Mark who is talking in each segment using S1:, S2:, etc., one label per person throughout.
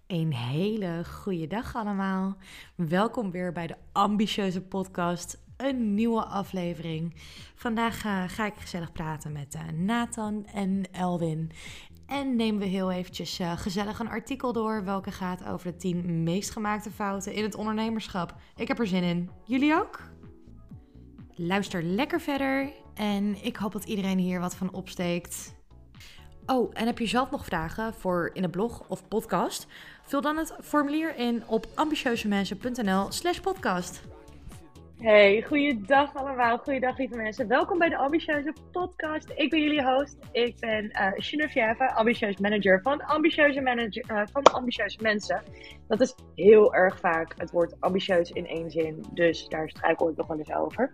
S1: Een hele goede dag allemaal. Welkom weer bij de Ambitieuze Podcast. Een nieuwe aflevering. Vandaag ga ik gezellig praten met Nathan en Elwin. En nemen we heel eventjes gezellig een artikel door. Welke gaat over de 10 meest gemaakte fouten in het ondernemerschap. Ik heb er zin in. Jullie ook? Luister lekker verder. En ik hoop dat iedereen hier wat van opsteekt. Oh, en heb je zelf nog vragen voor in een blog of podcast? Vul dan het formulier in op ambitieuzemensen.nl/podcast.
S2: Hey, goeiedag allemaal. Goeiedag lieve mensen. Welkom bij de Ambitieuze Podcast. Ik ben jullie host. Ik ben Geneviève, ambitieus manager van Ambitieuze Mensen. Dat is heel erg vaak het woord ambitieus in één zin, dus daar struikel ik nog wel eens over.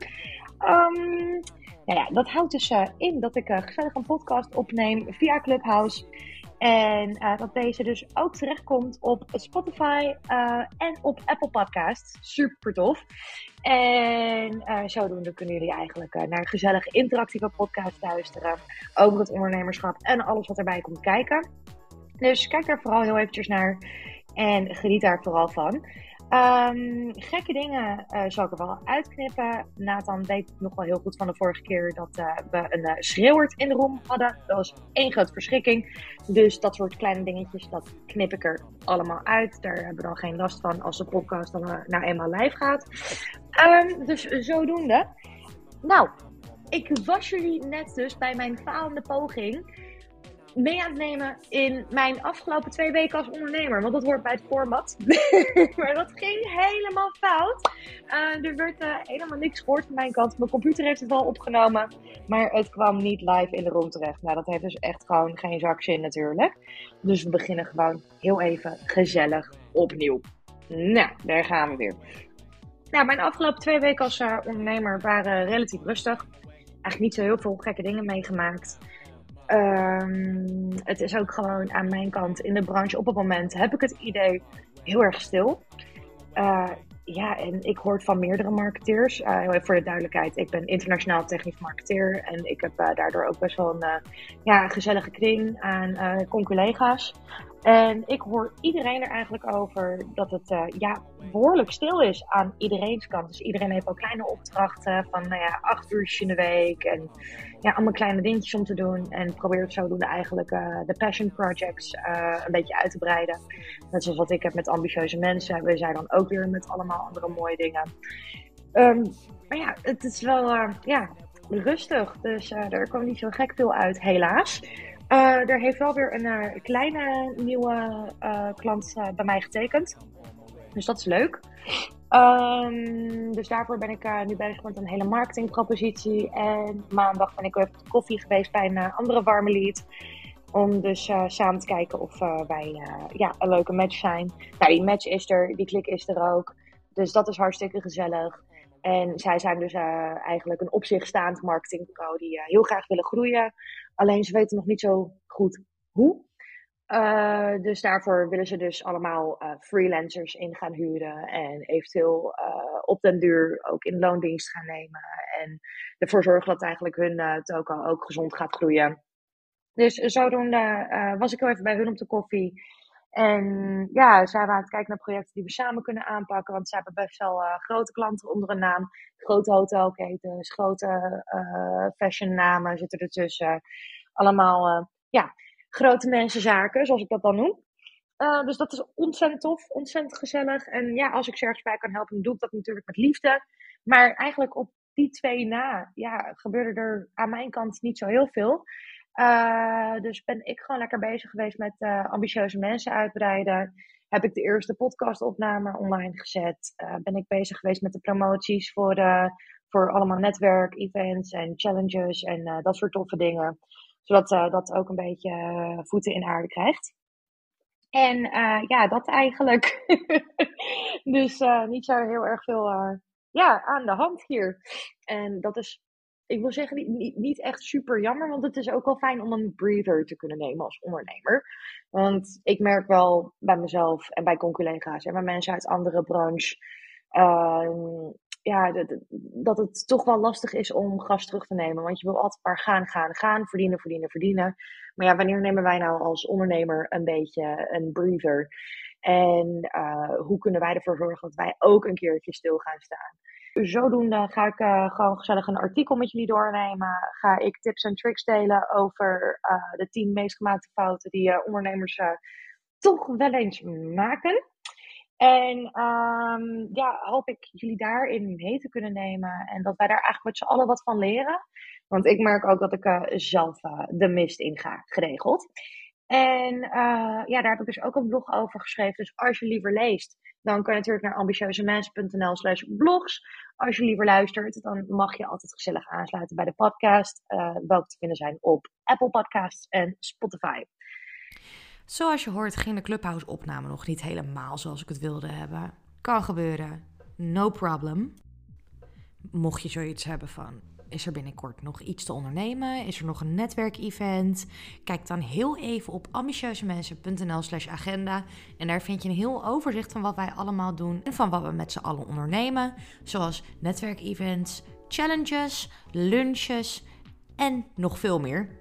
S2: Dat houdt dus in dat ik gezellig een podcast opneem via Clubhouse. En dat deze dus ook terechtkomt op Spotify en op Apple Podcasts. Super tof. En zodoende kunnen jullie eigenlijk naar een gezellige interactieve podcast luisteren over het ondernemerschap en alles wat erbij komt kijken. Dus kijk daar vooral heel eventjes naar en geniet daar vooral van. Gekke dingen zal ik er wel uitknippen. Nathan weet nog wel heel goed van de vorige keer dat we een schreeuwert in de room hadden. Dat was één grote verschrikking. Dus dat soort kleine dingetjes, dat knip ik er allemaal uit. Daar hebben we dan geen last van als de podcast dan nou eenmaal live gaat. Dus zodoende. Nou, ik was jullie net dus bij mijn falende poging mee aan het nemen in mijn afgelopen 2 weken als ondernemer. Want dat hoort bij het format. Maar dat ging helemaal fout. Er werd helemaal niks gehoord van mijn kant. Mijn computer heeft het wel opgenomen. Maar het kwam niet live in de room terecht. Nou, dat heeft dus echt gewoon geen zak zin natuurlijk. Dus we beginnen gewoon heel even gezellig opnieuw. Nou, daar gaan we weer. Nou, mijn afgelopen 2 weken als ondernemer waren relatief rustig. Eigenlijk niet zo heel veel gekke dingen meegemaakt. Het is ook gewoon aan mijn kant in de branche op het moment heb ik het idee heel erg stil. En ik hoor het van meerdere marketeers. Heel even voor de duidelijkheid, ik ben internationaal technisch marketeer en ik heb daardoor ook best wel een gezellige kring aan collega's. En ik hoor iedereen er eigenlijk over dat het behoorlijk stil is aan iedereen's kant. Dus iedereen heeft ook kleine opdrachten van 8 uurtjes in de week en allemaal kleine dingetjes om te doen. En probeert zodoende eigenlijk de passion projects een beetje uit te breiden. Net zoals wat ik heb met ambitieuze mensen. We zijn dan ook weer met allemaal andere mooie dingen. Maar het is wel rustig. Dus er kwam niet zo gek veel uit, helaas. Er heeft wel weer een kleine nieuwe klant bij mij getekend. Dus dat is leuk. Dus daarvoor ben ik nu bezig met een hele marketingpropositie. En maandag ben ik even op koffie geweest bij een andere warme lead. Om dus samen te kijken of wij een leuke match zijn. Nou, die match is er, die klik is er ook. Dus dat is hartstikke gezellig. En zij zijn dus eigenlijk een op zich staand marketingbureau die heel graag willen groeien. Alleen ze weten nog niet zo goed hoe. Dus daarvoor willen ze dus allemaal freelancers in gaan huren. En eventueel op den duur ook in loondienst gaan nemen. En ervoor zorgen dat eigenlijk hun toko ook gezond gaat groeien. Dus zodoende was ik heel even bij hun op de koffie. En zijn we aan het kijken naar projecten die we samen kunnen aanpakken. Want ze hebben best wel grote klanten onder een naam. Grote hotelketens, grote fashion namen zitten ertussen. Allemaal grote mensenzaken, zoals ik dat dan noem. Dus dat is ontzettend tof, ontzettend gezellig. En als ik ze ergens bij kan helpen, dan doe ik dat natuurlijk met liefde. Maar eigenlijk op die 2 na, gebeurde er aan mijn kant niet zo heel veel. Dus ben ik gewoon lekker bezig geweest met ambitieuze mensen uitbreiden. Heb ik de eerste podcastopname online gezet. Ben ik bezig geweest met de promoties voor allemaal netwerk-events en challenges en dat soort toffe dingen. Zodat dat ook een beetje voeten in aarde krijgt. En dat eigenlijk. Dus niet zo heel erg veel aan de hand hier. En dat is, ik wil zeggen, niet echt super jammer. Want het is ook wel fijn om een breather te kunnen nemen als ondernemer. Want ik merk wel bij mezelf en bij collega's en bij mensen uit andere branches. Dat het toch wel lastig is om gas terug te nemen. Want je wil altijd maar gaan, verdienen. Maar wanneer nemen wij nou als ondernemer een beetje een breather? En hoe kunnen wij ervoor zorgen dat wij ook een keertje stil gaan staan. Zodoende ga ik gewoon gezellig een artikel met jullie doornemen. Ga ik tips en tricks delen over de 10 meest gemaakte fouten die ondernemers toch wel eens maken. En hoop ik jullie daarin mee te kunnen nemen. En dat wij daar eigenlijk met z'n allen wat van leren. Want ik merk ook dat ik zelf de mist in ga, geregeld. En daar heb ik dus ook een blog over geschreven. Dus als je liever leest, dan kan je natuurlijk naar ambitieuzemensen.nl/blogs. Als je liever luistert, dan mag je altijd gezellig aansluiten bij de podcast. Welke te vinden zijn op Apple Podcasts en Spotify.
S1: Zoals je hoort ging de Clubhouse-opname nog niet helemaal zoals ik het wilde hebben. Kan gebeuren. No problem. Mocht je zoiets hebben van, is er binnenkort nog iets te ondernemen? Is er nog een netwerkevent? Kijk dan heel even op ambitieuzemensen.nl/agenda. En daar vind je een heel overzicht van wat wij allemaal doen en van wat we met z'n allen ondernemen. Zoals netwerkevents, challenges, lunches en nog veel meer.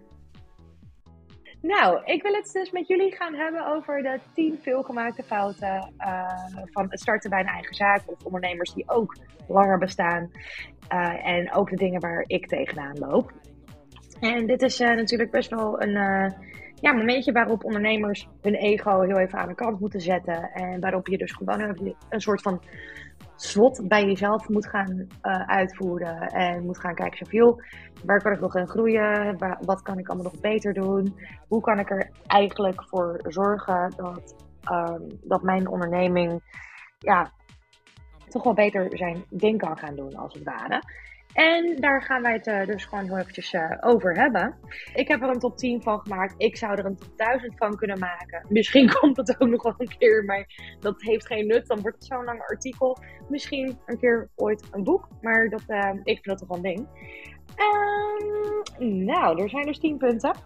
S2: Nou, ik wil het dus met jullie gaan hebben over de 10 veelgemaakte fouten van het starten bij een eigen zaak of ondernemers die ook langer bestaan. En ook de dingen waar ik tegenaan loop. En dit is natuurlijk best wel een momentje waarop ondernemers hun ego heel even aan de kant moeten zetten. En waarop je dus gewoon een soort van SWOT bij jezelf moet gaan uitvoeren. En moet gaan kijken van, waar kan ik nog in groeien? Wat kan ik allemaal nog beter doen? Hoe kan ik er eigenlijk voor zorgen dat mijn onderneming toch wel beter zijn ding kan gaan doen als het ware. En daar gaan wij het dus gewoon heel eventjes over hebben. Ik heb er een top 10 van gemaakt. Ik zou er een top 1000 van kunnen maken. Misschien komt het ook nog wel een keer, maar dat heeft geen nut. Dan wordt het zo'n lang artikel. Misschien een keer ooit een boek, maar ik vind dat toch wel een ding. Er zijn dus 10 punten.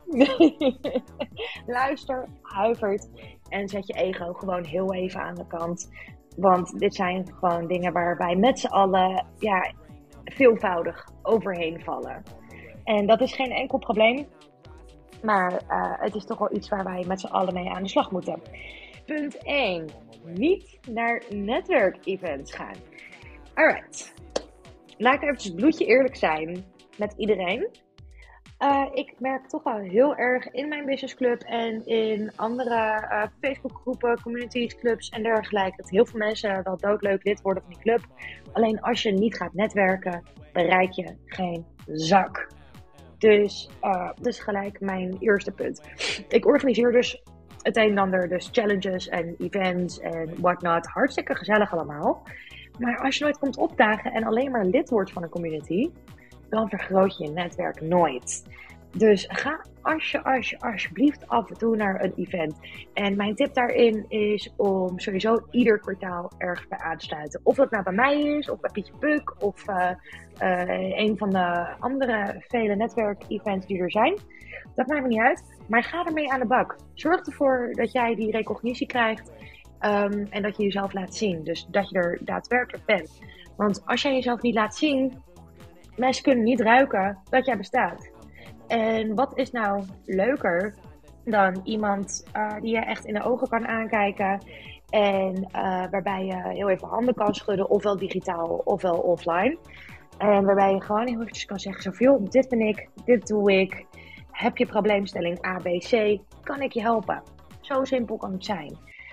S2: Luister, huivert en zet je ego gewoon heel even aan de kant. Want dit zijn gewoon dingen waar wij met z'n allen veelvoudig overheen vallen. En dat is geen enkel probleem. Maar het is toch wel iets waar wij met z'n allen mee aan de slag moeten. Punt 1. Niet naar netwerkevents gaan. Alright. Laat ik eventjes bloedje eerlijk zijn met iedereen. Ik merk toch wel heel erg in mijn businessclub en in andere Facebookgroepen, communities, clubs en dergelijke, dat heel veel mensen wel doodleuk lid worden van die club. Alleen als je niet gaat netwerken, bereik je geen zak. Dus gelijk mijn eerste punt. Ik organiseer dus het een en ander, dus challenges en events en whatnot. Hartstikke gezellig allemaal. Maar als je nooit komt opdagen en alleen maar lid wordt van een community, dan vergroot je je netwerk nooit. Dus ga alsjeblieft af en toe naar een event. En mijn tip daarin is om sowieso ieder kwartaal ergens bij aan te sluiten. Of dat nou bij mij is, of bij Pietje Puk, of een van de andere vele netwerkevents die er zijn. Dat maakt me niet uit, maar ga ermee aan de bak. Zorg ervoor dat jij die recognitie krijgt en dat je jezelf laat zien. Dus dat je er daadwerkelijk bent. Want als jij jezelf niet laat zien, mensen kunnen niet ruiken dat jij bestaat. En wat is nou leuker dan iemand die je echt in de ogen kan aankijken en waarbij je heel even handen kan schudden, ofwel digitaal ofwel offline. En waarbij je gewoon heel eventjes kan zeggen, zoveel, dit ben ik, dit doe ik. Heb je probleemstelling A, B, C, kan ik je helpen? Zo simpel kan het zijn.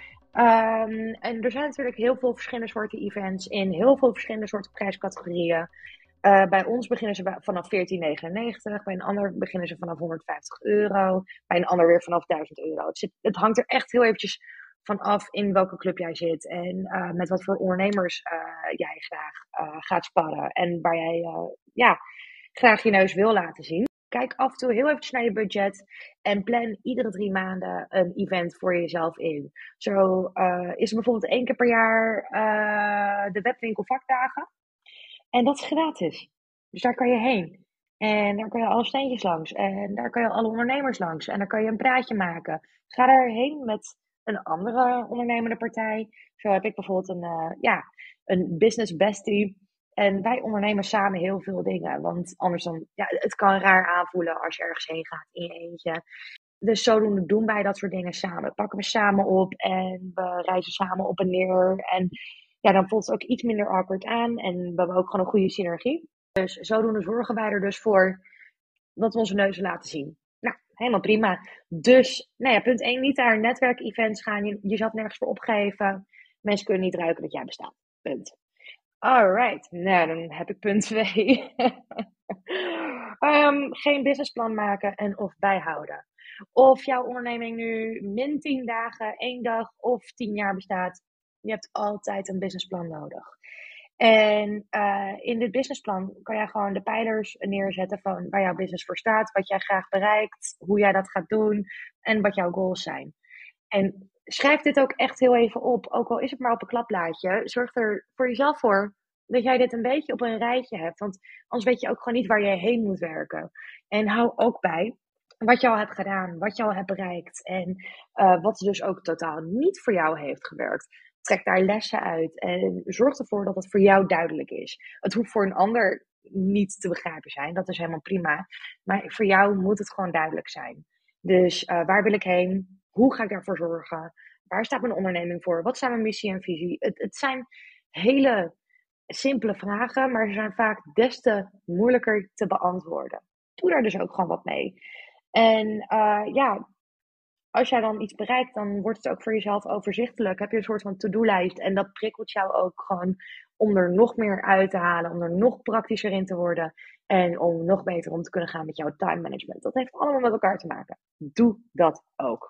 S2: En er zijn natuurlijk heel veel verschillende soorten events in heel veel verschillende soorten prijscategorieën. Bij ons beginnen ze vanaf 14,99. Bij een ander beginnen ze vanaf €150. Bij een ander weer vanaf €1000. Het hangt er echt heel eventjes van af in welke club jij zit. En met wat voor ondernemers jij graag gaat sparren. En waar jij graag je neus wil laten zien. Kijk af en toe heel eventjes naar je budget. En plan iedere 3 maanden een event voor jezelf in. Zo is er bijvoorbeeld 1 keer per jaar de webwinkel vakdagen. En dat is gratis. Dus daar kan je heen. En daar kan je alle steentjes langs. En daar kan je alle ondernemers langs. En daar kan je een praatje maken. Ga daarheen met een andere ondernemende partij. Zo heb ik bijvoorbeeld een business bestie. En wij ondernemen samen heel veel dingen. Want anders dan, het kan raar aanvoelen als je ergens heen gaat in je eentje. Dus zodoende doen wij dat soort dingen samen. Pakken we samen op en we reizen samen op en neer. En ja, dan voelt het ook iets minder awkward aan. En we hebben ook gewoon een goede synergie. Dus zodoende zorgen wij er dus voor dat we onze neuzen laten zien. Nou, helemaal prima. Dus, nou ja, punt 1, niet naar netwerkevents gaan. Je jezelf nergens voor opgeven. Mensen kunnen niet ruiken dat jij bestaat. Punt. Alright, nou dan heb ik punt 2. Geen businessplan maken en of bijhouden. Of jouw onderneming nu min 10 dagen, 1 dag of 10 jaar bestaat. Je hebt altijd een businessplan nodig. En in dit businessplan kan jij gewoon de pijlers neerzetten van waar jouw business voor staat, wat jij graag bereikt, hoe jij dat gaat doen en wat jouw goals zijn. En schrijf dit ook echt heel even op, ook al is het maar op een klapblaadje. Zorg er voor jezelf voor dat jij dit een beetje op een rijtje hebt, want anders weet je ook gewoon niet waar je heen moet werken. En hou ook bij wat je al hebt gedaan, wat je al hebt bereikt en wat dus ook totaal niet voor jou heeft gewerkt. Trek daar lessen uit en zorg ervoor dat het voor jou duidelijk is. Het hoeft voor een ander niet te begrijpen zijn, dat is helemaal prima. Maar voor jou moet het gewoon duidelijk zijn. Dus waar wil ik heen? Hoe ga ik daarvoor zorgen? Waar staat mijn onderneming voor? Wat zijn mijn missie en visie? Het zijn hele simpele vragen, maar ze zijn vaak des te moeilijker te beantwoorden. Doe daar dus ook gewoon wat mee. En ja, als jij dan iets bereikt, dan wordt het ook voor jezelf overzichtelijk. Heb je een soort van to-do-lijst en dat prikkelt jou ook gewoon om er nog meer uit te halen, om er nog praktischer in te worden en om nog beter om te kunnen gaan met jouw time management. Dat heeft allemaal met elkaar te maken. Doe dat ook.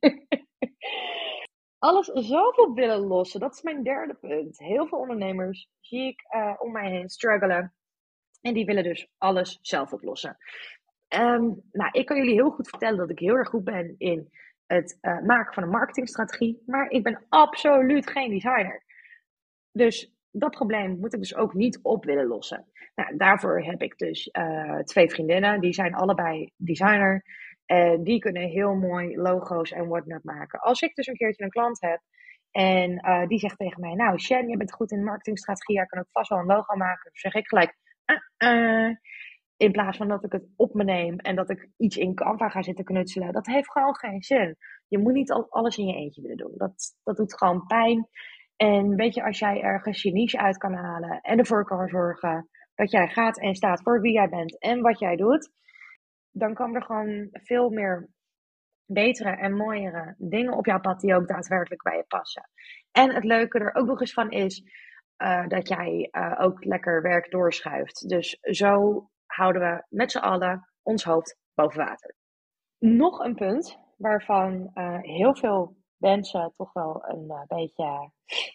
S2: Alles zelf op willen lossen, dat is mijn derde punt. Heel veel ondernemers zie ik om mij heen struggelen en die willen dus alles zelf oplossen. Nou, ik kan jullie heel goed vertellen dat ik heel erg goed ben in het maken van een marketingstrategie, maar ik ben absoluut geen designer. Dus dat probleem moet ik dus ook niet op willen lossen. Nou, daarvoor heb ik dus 2 vriendinnen, die zijn allebei designer. Die kunnen heel mooi logo's en whatnot maken. Als ik dus een keertje een klant heb en die zegt tegen mij, nou Shen, je bent goed in marketingstrategie, jij kan ook vast wel een logo maken. Dan zeg ik gelijk, in plaats van dat ik het op me neem en dat ik iets in Canva ga zitten knutselen. Dat heeft gewoon geen zin. Je moet niet alles in je eentje willen doen. Dat doet gewoon pijn. En weet je, als jij ergens je niche uit kan halen en ervoor kan zorgen dat jij gaat en staat voor wie jij bent en wat jij doet, dan komen er gewoon veel meer betere en mooiere dingen op jouw pad die ook daadwerkelijk bij je passen. En het leuke er ook nog eens van is dat jij ook lekker werk doorschuift. Dus zo houden we met z'n allen ons hoofd boven water. Nog een punt waarvan heel veel mensen toch wel een beetje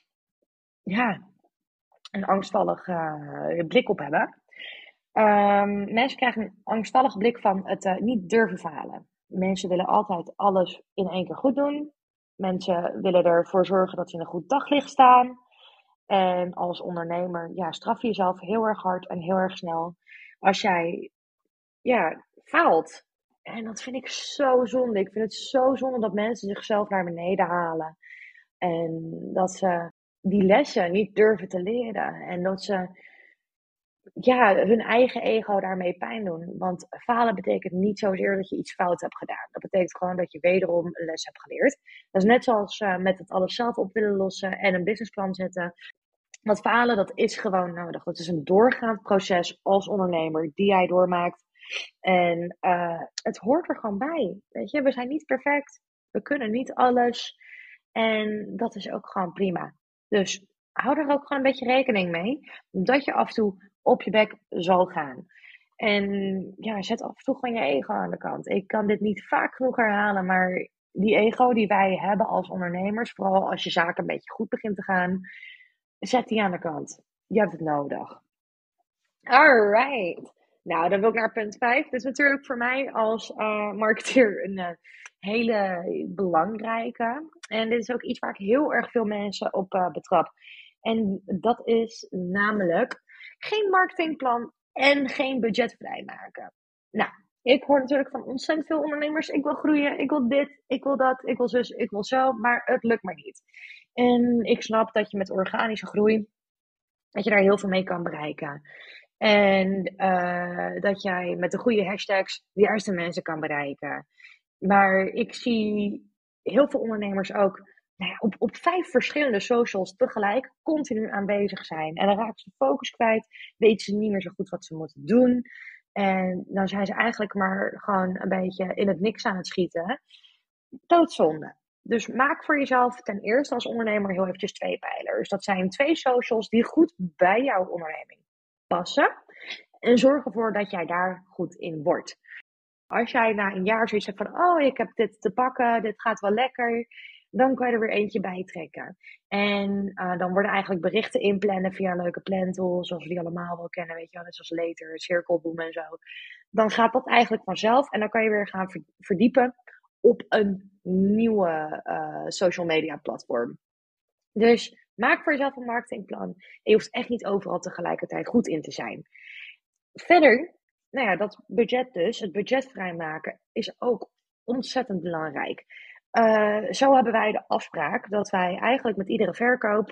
S2: een angstvallig blik op hebben. Mensen krijgen een angstvallige blik van het niet durven falen. Mensen willen altijd alles in één keer goed doen. Mensen willen ervoor zorgen dat ze in een goed daglicht staan. En als ondernemer, straf je jezelf heel erg hard en heel erg snel als jij, faalt. En dat vind ik zo zonde. Ik vind het zo zonde dat mensen zichzelf naar beneden halen. En dat ze die lessen niet durven te leren. En dat ze hun eigen ego daarmee pijn doen. Want falen betekent niet zozeer dat je iets fout hebt gedaan. Dat betekent gewoon dat je wederom een les hebt geleerd. Dat is net zoals met het alles zelf op willen lossen en een businessplan zetten. Want falen, dat is gewoon nodig. Dat is een doorgaand proces als ondernemer die jij doormaakt. En het hoort er gewoon bij. Weet je, we zijn niet perfect. We kunnen niet alles. En dat is ook gewoon prima. Dus hou er ook gewoon een beetje rekening mee. Dat je af en toe op je bek zal gaan. En zet af en toe gewoon je ego aan de kant. Ik kan dit niet vaak genoeg herhalen, maar die ego die wij hebben als ondernemers, vooral als je zaken een beetje goed begint te gaan, zet die aan de kant. Je hebt het nodig. Alright. Nou, dan wil ik naar punt 5. Dit is natuurlijk voor mij als marketeer een hele belangrijke. En dit is ook iets waar ik heel erg veel mensen op betrap. En dat is namelijk geen marketingplan en geen budget vrijmaken. Nou, ik hoor natuurlijk van ontzettend veel ondernemers. Ik wil groeien, ik wil dit, ik wil dat, ik wil zus, ik wil zo. Maar het lukt maar niet. En ik snap dat je met organische groei, dat je daar heel veel mee kan bereiken. En dat jij met de goede hashtags de juiste mensen kan bereiken. Maar ik zie heel veel ondernemers ook op 5 verschillende socials tegelijk continu aanwezig zijn. En dan raken ze de focus kwijt, weten ze niet meer zo goed wat ze moeten doen. En dan zijn ze eigenlijk maar gewoon een beetje in het niks aan het schieten. Doodzonde. Dus maak voor jezelf ten eerste als ondernemer heel eventjes 2 pijlers. Dat zijn 2 socials die goed bij jouw onderneming passen. En zorg ervoor dat jij daar goed in wordt. Als jij na een jaar zoiets hebt van, oh, ik heb dit te pakken, dit gaat wel lekker, dan kan je er weer eentje bij trekken. En dan worden eigenlijk berichten inplannen via een leuke plantool, zoals we die allemaal wel kennen, weet je wel, net zoals Later, Cirkelboom en zo. Dan gaat dat eigenlijk vanzelf en dan kan je weer gaan verdiepen op een nieuwe social media platform. Dus maak voor jezelf een marketingplan. En je hoeft echt niet overal tegelijkertijd goed in te zijn. Verder, dat budget dus, het budget vrijmaken, is ook ontzettend belangrijk. Zo hebben wij de afspraak dat wij eigenlijk met iedere verkoop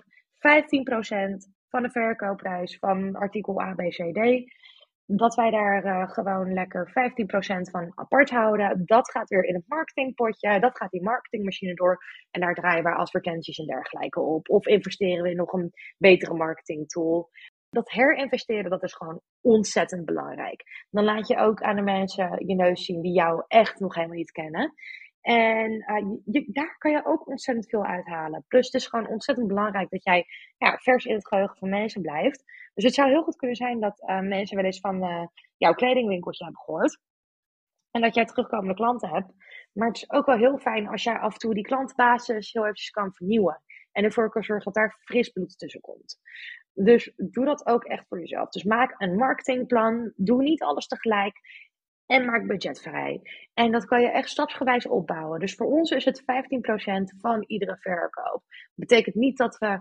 S2: 15% van de verkoopprijs van artikel A, B, C, D, dat wij daar gewoon lekker 15% van apart houden. Dat gaat weer in het marketingpotje, dat gaat die marketingmachine door en daar draaien wij advertenties en dergelijke op. Of investeren we in nog een betere marketingtool. Dat herinvesteren, dat is gewoon ontzettend belangrijk. Dan laat je ook aan de mensen je neus zien die jou echt nog helemaal niet kennen. En daar kan je ook ontzettend veel uithalen. Plus het is gewoon ontzettend belangrijk dat jij vers in het geheugen van mensen blijft. Dus het zou heel goed kunnen zijn dat mensen wel eens van jouw kledingwinkeltje hebben gehoord. En dat jij terugkomende klanten hebt. Maar het is ook wel heel fijn als jij af en toe die klantenbasis heel eventjes kan vernieuwen. En ervoor kan zorgen dat daar fris bloed tussen komt. Dus doe dat ook echt voor jezelf. Dus maak een marketingplan. Doe niet alles tegelijk. En maak budgetvrij. En dat kan je echt stapsgewijs opbouwen. Dus voor ons is het 15% van iedere verkoop. Dat betekent niet dat we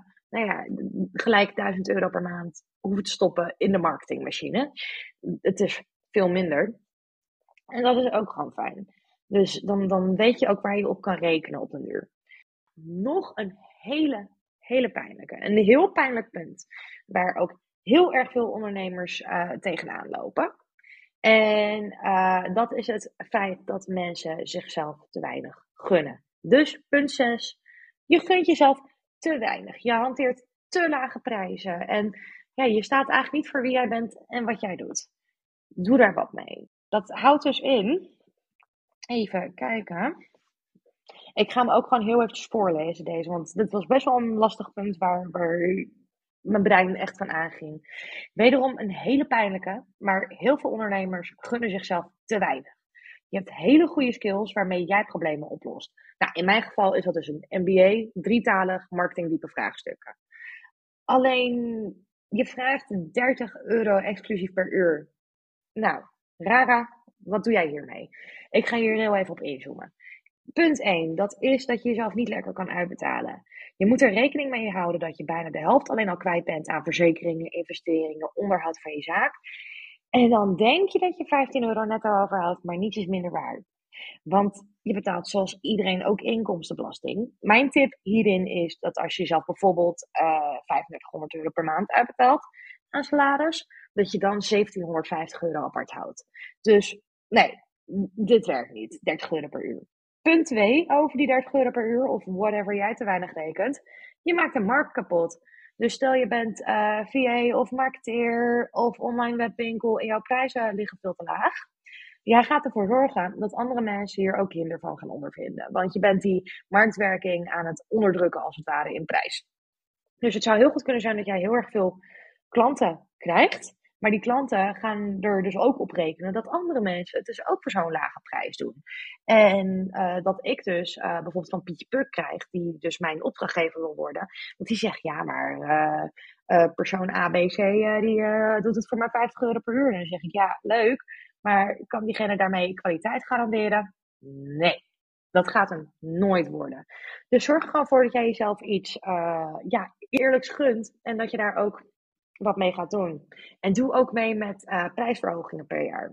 S2: gelijk €1000 per maand hoeven te stoppen in de marketingmachine. Het is veel minder. En dat is ook gewoon fijn. Dus dan weet je ook waar je op kan rekenen op een duur. Nog een hele pijnlijke. Een heel pijnlijk punt. Waar ook heel erg veel ondernemers tegenaan lopen. En dat is het feit dat mensen zichzelf te weinig gunnen. Dus punt 6. Je gunt jezelf te weinig. Je hanteert te lage prijzen. En je staat eigenlijk niet voor wie jij bent en wat jij doet. Doe daar wat mee. Dat houdt dus in. Even kijken. Ik ga hem ook gewoon heel eventjes voorlezen deze. Want dit was best wel een lastig punt waar mijn brein echt van aanging. Wederom een hele pijnlijke, maar heel veel ondernemers gunnen zichzelf te weinig. Je hebt hele goede skills waarmee jij problemen oplost. Nou, in mijn geval is dat dus een MBA, 3-talig, marketingdiepe vraagstukken. Alleen, je vraagt €30 exclusief per uur. Nou, Rara, wat doe jij hiermee? Ik ga hier heel even op inzoomen. Punt 1, dat is dat je jezelf niet lekker kan uitbetalen. Je moet er rekening mee houden dat je bijna de helft alleen al kwijt bent aan verzekeringen, investeringen, onderhoud van je zaak. En dan denk je dat je €15 netto overhoudt, maar niets is minder waard. Want je betaalt zoals iedereen ook inkomstenbelasting. Mijn tip hierin is dat als je jezelf bijvoorbeeld €3500 per maand uitbetaalt aan salaris, dat je dan €1750 apart houdt. Dus nee, dit werkt niet, €30 per uur. Punt 2, over die €30 per uur of whatever jij te weinig rekent. Je maakt de markt kapot. Dus stel je bent VA of marketeer of online webwinkel en jouw prijzen liggen veel te laag. Jij gaat ervoor zorgen dat andere mensen hier ook hinder van gaan ondervinden. Want je bent die marktwerking aan het onderdrukken als het ware in prijs. Dus het zou heel goed kunnen zijn dat jij heel erg veel klanten krijgt. Maar die klanten gaan er dus ook op rekenen dat andere mensen het dus ook voor zo'n lage prijs doen. En dat ik dus bijvoorbeeld van Pietje Puk krijg, die dus mijn opdrachtgever wil worden. Want die zegt, ja, maar persoon A, B, C, die doet het voor maar €50 per uur. En dan zeg ik, ja, leuk. Maar kan diegene daarmee kwaliteit garanderen? Nee, dat gaat hem nooit worden. Dus zorg er gewoon voor dat jij jezelf iets eerlijks gunt en dat je daar ook wat mee gaat doen. En doe ook mee met prijsverhogingen per jaar.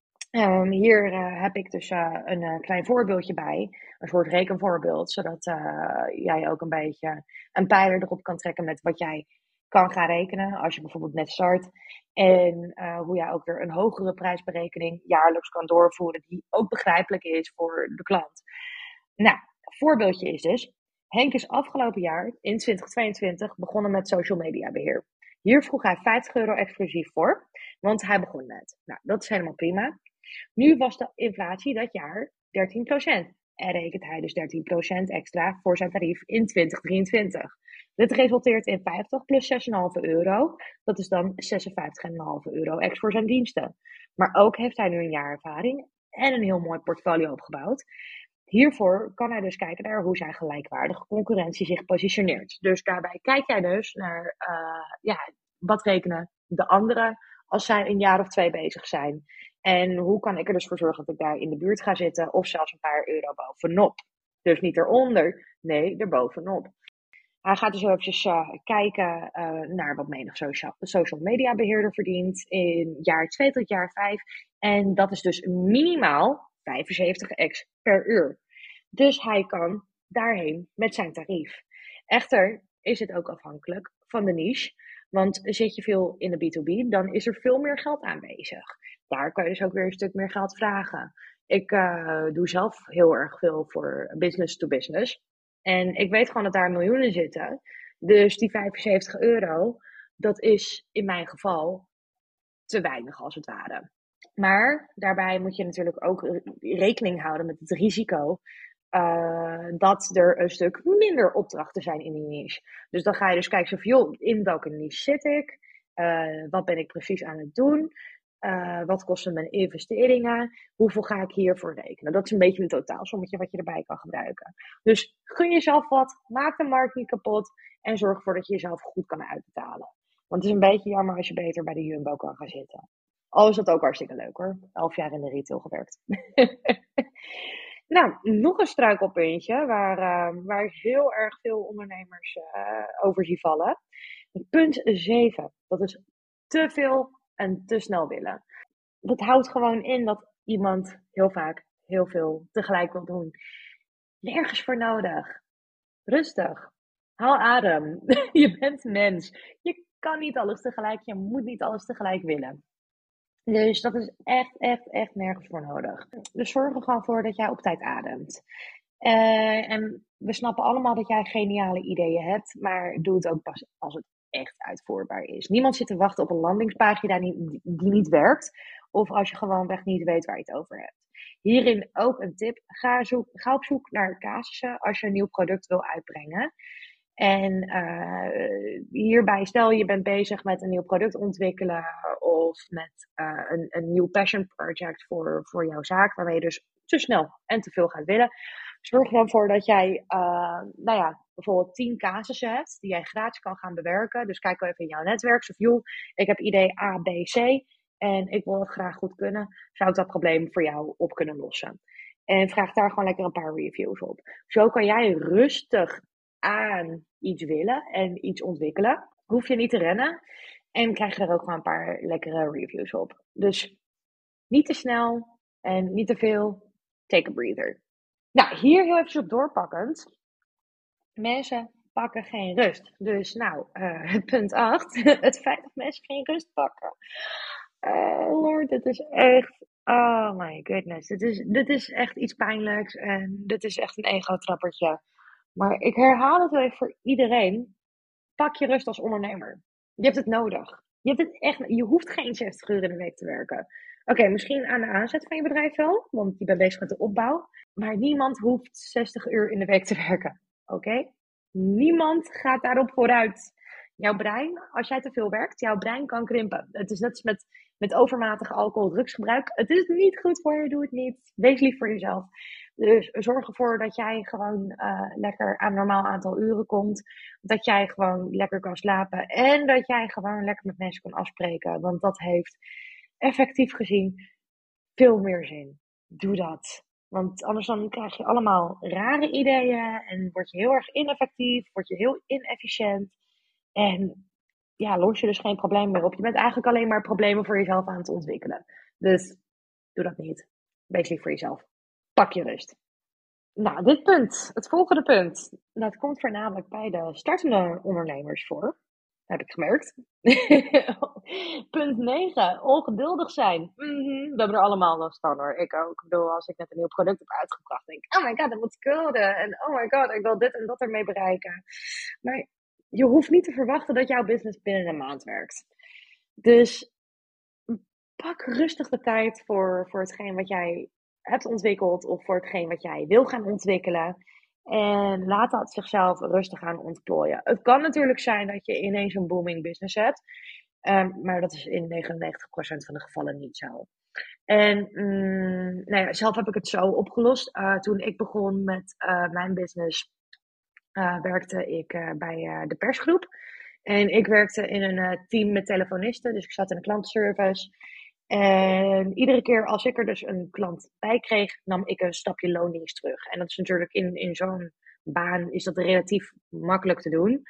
S2: Hier heb ik dus een klein voorbeeldje bij, een soort rekenvoorbeeld, zodat jij ook een beetje een pijler erop kan trekken met wat jij kan gaan rekenen als je bijvoorbeeld net start. En hoe jij ook weer een hogere prijsberekening jaarlijks kan doorvoeren, die ook begrijpelijk is voor de klant. Nou, een voorbeeldje is dus, Henk is afgelopen jaar in 2022 begonnen met social media beheer. Hier vroeg hij €50 exclusief voor, want hij begon net. Nou, dat is helemaal prima. Nu was de inflatie dat jaar 13%. En rekent hij dus 13% extra voor zijn tarief in 2023. Dit resulteert in 50 plus €6,5. Dat is dan €56,5 extra voor zijn diensten. Maar ook heeft hij nu een jaar ervaring en een heel mooi portfolio opgebouwd. Hiervoor kan hij dus kijken naar hoe zijn gelijkwaardige concurrentie zich positioneert. Dus daarbij kijk jij dus naar wat rekenen de anderen als zij een jaar of 2 bezig zijn. En hoe kan ik er dus voor zorgen dat ik daar in de buurt ga zitten of zelfs een paar euro bovenop. Dus niet eronder, nee, erbovenop. Hij gaat dus eventjes kijken naar wat menig social media beheerder verdient in jaar 2 tot jaar 5. En dat is dus minimaal 75x per uur. Dus hij kan daarheen met zijn tarief. Echter is het ook afhankelijk van de niche. Want zit je veel in de B2B, dan is er veel meer geld aanwezig. Daar kan je dus ook weer een stuk meer geld vragen. Ik doe zelf heel erg veel voor business to business. En ik weet gewoon dat daar miljoenen zitten. Dus die €75, dat is in mijn geval te weinig als het ware. Maar daarbij moet je natuurlijk ook rekening houden met het risico dat er een stuk minder opdrachten zijn in die niche. Dus dan ga je dus kijken van, joh, in welke niche zit ik? Wat ben ik precies aan het doen? Wat kosten mijn investeringen? Hoeveel ga ik hiervoor rekenen? Dat is een beetje een totaalsommetje wat je erbij kan gebruiken. Dus gun jezelf wat, maak de markt niet kapot en zorg ervoor dat je jezelf goed kan uitbetalen. Want het is een beetje jammer als je beter bij de Jumbo kan gaan zitten. Al is dat ook hartstikke leuk hoor. 11 jaar in de retail gewerkt. Nou, nog een struikelpuntje waar ik heel erg veel ondernemers over zie vallen. Punt 7. Dat is te veel en te snel willen. Dat houdt gewoon in dat iemand heel vaak heel veel tegelijk wil doen. Nergens voor nodig. Rustig. Haal adem. Je bent mens. Je kan niet alles tegelijk. Je moet niet alles tegelijk willen. Dus dat is echt nergens voor nodig. Dus zorg er gewoon voor dat jij op tijd ademt. En we snappen allemaal dat jij geniale ideeën hebt, maar doe het ook pas als het echt uitvoerbaop is. Niemand zit te wachten op een landingspagina die niet werkt, of als je gewoonweg niet weet waar je het over hebt. Hierin ook een tip, ga op zoek naar casussen als je een nieuw product wil uitbrengen. En hierbij, stel je bent bezig met een nieuw product ontwikkelen of met een nieuw passion project voor jouw zaak, waarmee je dus te snel en te veel gaat willen. Zorg er dan voor dat jij bijvoorbeeld 10 casussen hebt die jij gratis kan gaan bewerken. Dus kijk wel even in jouw netwerk. Of joh, ik heb idee A, B, C en ik wil het graag goed kunnen. Zou ik dat probleem voor jou op kunnen lossen? En vraag daar gewoon lekker een paar reviews op. Zo kan jij rustig aan iets willen en iets ontwikkelen. Hoef je niet te rennen. En krijg je er ook gewoon een paar lekkere reviews op. Dus niet te snel en niet te veel. Take a breather. Nou, hier heel even op doorpakkend. Mensen pakken geen rust. Dus punt 8. Het feit dat mensen geen rust pakken. Lord, dit is echt... Oh my goodness. Dit is echt iets pijnlijks. En dit is echt een ego-trappertje. Maar ik herhaal het wel even voor iedereen. Pak je rust als ondernemer. Je hebt het nodig. Je hoeft geen 60 uur in de week te werken. Oké, misschien aan de aanzet van je bedrijf wel. Want je bent bezig met de opbouw. Maar niemand hoeft 60 uur in de week te werken. Oké? Niemand gaat daarop vooruit. Jouw brein, als jij te veel werkt, jouw brein kan krimpen. Het is net als met overmatig alcohol, drugsgebruik. Het is niet goed voor je, doe het niet. Wees lief voor jezelf. Dus zorg ervoor dat jij gewoon lekker aan een normaal aantal uren komt. Dat jij gewoon lekker kan slapen. En dat jij gewoon lekker met mensen kan afspreken. Want dat heeft effectief gezien veel meer zin. Doe dat. Want anders dan krijg je allemaal rare ideeën. En word je heel erg ineffectief. Word je heel inefficiënt. En ja, los je dus geen probleem meer op. Je bent eigenlijk alleen maar problemen voor jezelf aan het ontwikkelen. Dus doe dat niet. Wees lief voor jezelf. Pak je rust. Nou, dit punt, het volgende punt, dat komt voornamelijk bij de startende ondernemers voor. heb ik gemerkt. Punt 9, ongeduldig zijn. We hebben er allemaal last van hoor. Ik ook. Ik bedoel, als ik net een nieuw product heb uitgebracht, denk ik, oh my god, dat moet coden. En oh my god, ik wil dit en dat ermee bereiken. Maar je hoeft niet te verwachten dat jouw business binnen een maand werkt. Dus pak rustig de tijd voor hetgeen wat jij hebt ontwikkeld of voor hetgeen wat jij wil gaan ontwikkelen. En laat dat zichzelf rustig gaan ontplooien. Het kan natuurlijk zijn dat je ineens een booming business hebt. Maar dat is in 99% van de gevallen niet zo. En nou ja, zelf heb ik het zo opgelost. Toen ik begon met mijn business, werkte ik bij de persgroep. En ik werkte in een team met telefonisten. Dus ik zat in de klantenservice. En iedere keer als ik er dus een klant bij kreeg, nam ik een stapje loondienst terug. En dat is natuurlijk in zo'n baan is dat relatief makkelijk te doen.